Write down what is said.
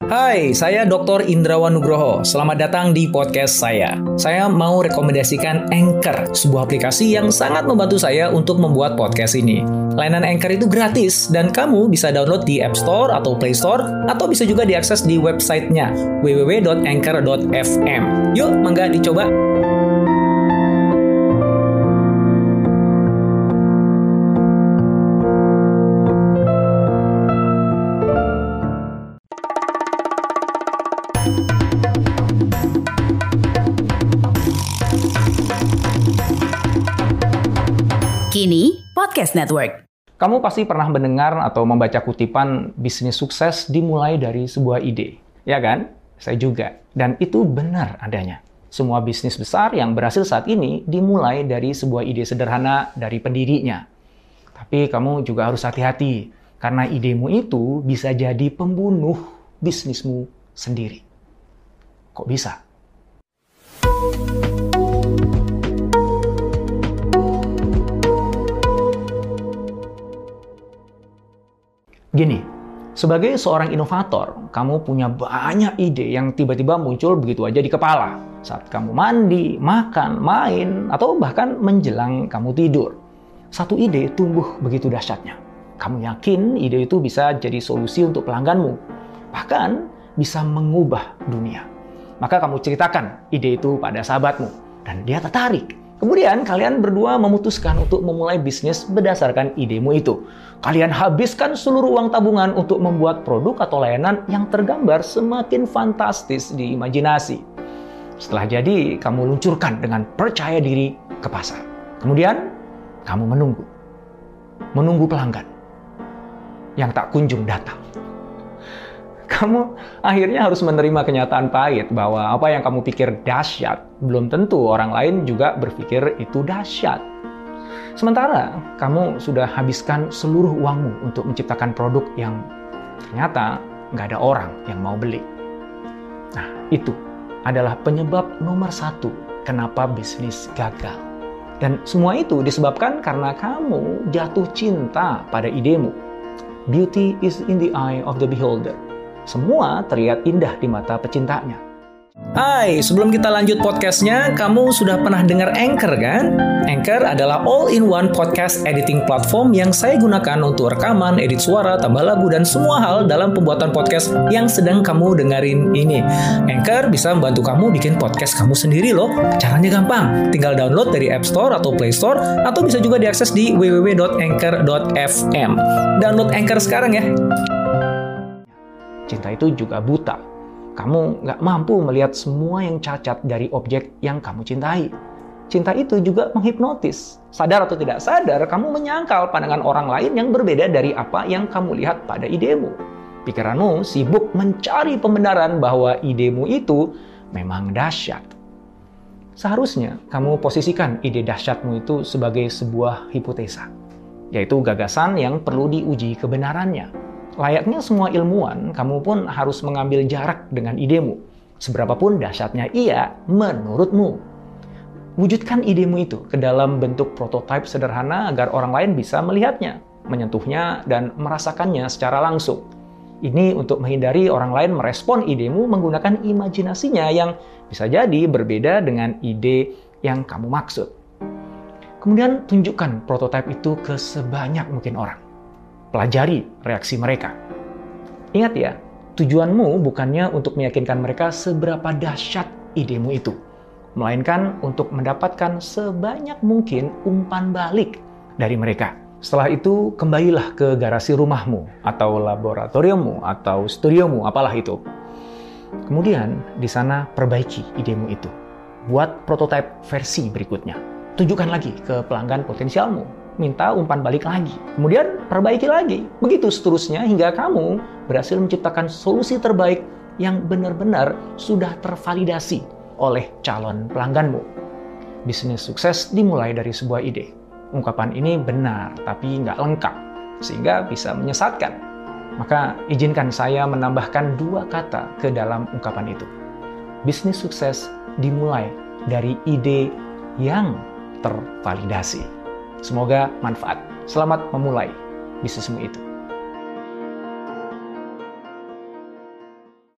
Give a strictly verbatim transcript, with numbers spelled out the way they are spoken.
Hai, saya doktor Indrawan Nugroho. Selamat datang di podcast saya. Saya mau rekomendasikan Anchor, sebuah aplikasi yang sangat membantu saya untuk membuat podcast ini. Layanan Anchor itu gratis dan kamu bisa download di App Store atau Play Store atau bisa juga diakses di websitenya w w w dot anchor dot f m. Yuk, mangga dicoba. Kini Podcast Network. Kamu pasti pernah mendengar atau membaca kutipan bisnis sukses dimulai dari sebuah ide, ya kan? Saya juga. Dan itu benar adanya. Semua bisnis besar yang berhasil saat ini dimulai dari sebuah ide sederhana dari pendirinya. Tapi kamu juga harus hati-hati, karena idemu itu bisa jadi pembunuh bisnismu sendiri. Kok bisa? Gini, sebagai seorang inovator, kamu punya banyak ide yang tiba-tiba muncul begitu aja di kepala. Saat kamu mandi, makan, main, atau bahkan menjelang kamu tidur. Satu ide tumbuh begitu dahsyatnya. Kamu yakin ide itu bisa jadi solusi untuk pelangganmu. Bahkan bisa mengubah dunia. Maka kamu ceritakan ide itu pada sahabatmu. Dan dia tertarik. Kemudian kalian berdua memutuskan untuk memulai bisnis berdasarkan idemu itu. Kalian habiskan seluruh uang tabungan untuk membuat produk atau layanan yang tergambar semakin fantastis di imajinasi. Setelah jadi, kamu luncurkan dengan percaya diri ke pasar. Kemudian, kamu menunggu. Menunggu pelanggan yang tak kunjung datang. Kamu akhirnya harus menerima kenyataan pahit bahwa apa yang kamu pikir dahsyat, belum tentu orang lain juga berpikir itu dahsyat. Sementara kamu sudah habiskan seluruh uangmu untuk menciptakan produk yang ternyata nggak ada orang yang mau beli. Nah, itu adalah penyebab nomor satu kenapa bisnis gagal. Dan semua itu disebabkan karena kamu jatuh cinta pada idemu. Beauty is in the eye of the beholder. Semua terlihat indah di mata pecintanya. Hai, sebelum kita lanjut podcastnya, kamu sudah pernah dengar Anchor kan? Anchor adalah all-in-one podcast editing platform yang saya gunakan untuk rekaman, edit suara, tambah lagu, dan semua hal dalam pembuatan podcast yang sedang kamu dengerin ini. Anchor bisa membantu kamu bikin podcast kamu sendiri loh. Caranya gampang, tinggal download dari App Store atau Play Store, atau bisa juga diakses di w w w dot anchor dot f m. Download Anchor sekarang ya. Cinta itu juga buta. Kamu nggak mampu melihat semua yang cacat dari objek yang kamu cintai. Cinta itu juga menghipnotis. Sadar atau tidak sadar, kamu menyangkal pandangan orang lain yang berbeda dari apa yang kamu lihat pada idemu. Pikiranmu sibuk mencari pembenaran bahwa idemu itu memang dahsyat. Seharusnya kamu posisikan ide dahsyatmu itu sebagai sebuah hipotesa, yaitu gagasan yang perlu diuji kebenarannya. Layaknya semua ilmuwan, kamu pun harus mengambil jarak dengan idemu. Seberapapun dahsyatnya ia menurutmu. Wujudkan idemu itu ke dalam bentuk prototipe sederhana agar orang lain bisa melihatnya, menyentuhnya, dan merasakannya secara langsung. Ini untuk menghindari orang lain merespon idemu menggunakan imajinasinya yang bisa jadi berbeda dengan ide yang kamu maksud. Kemudian tunjukkan prototipe itu ke sebanyak mungkin orang. Pelajari reaksi mereka. Ingat ya, tujuanmu bukannya untuk meyakinkan mereka seberapa dahsyat idemu itu, melainkan untuk mendapatkan sebanyak mungkin umpan balik dari mereka. Setelah itu, kembalilah ke garasi rumahmu, atau laboratoriummu, atau studiomu, apalah itu. Kemudian, di sana perbaiki idemu itu. Buat prototipe versi berikutnya. Tunjukkan lagi ke pelanggan potensialmu. Minta umpan balik lagi. Kemudian perbaiki lagi. Begitu seterusnya hingga kamu berhasil menciptakan solusi terbaik yang benar-benar sudah tervalidasi oleh calon pelangganmu. Bisnis sukses dimulai dari sebuah ide. Ungkapan ini benar, tapi nggak lengkap, sehingga bisa menyesatkan. Maka izinkan saya menambahkan dua kata ke dalam ungkapan itu. Bisnis sukses dimulai dari ide yang tervalidasi. Semoga manfaat. Selamat memulai bisnismu itu.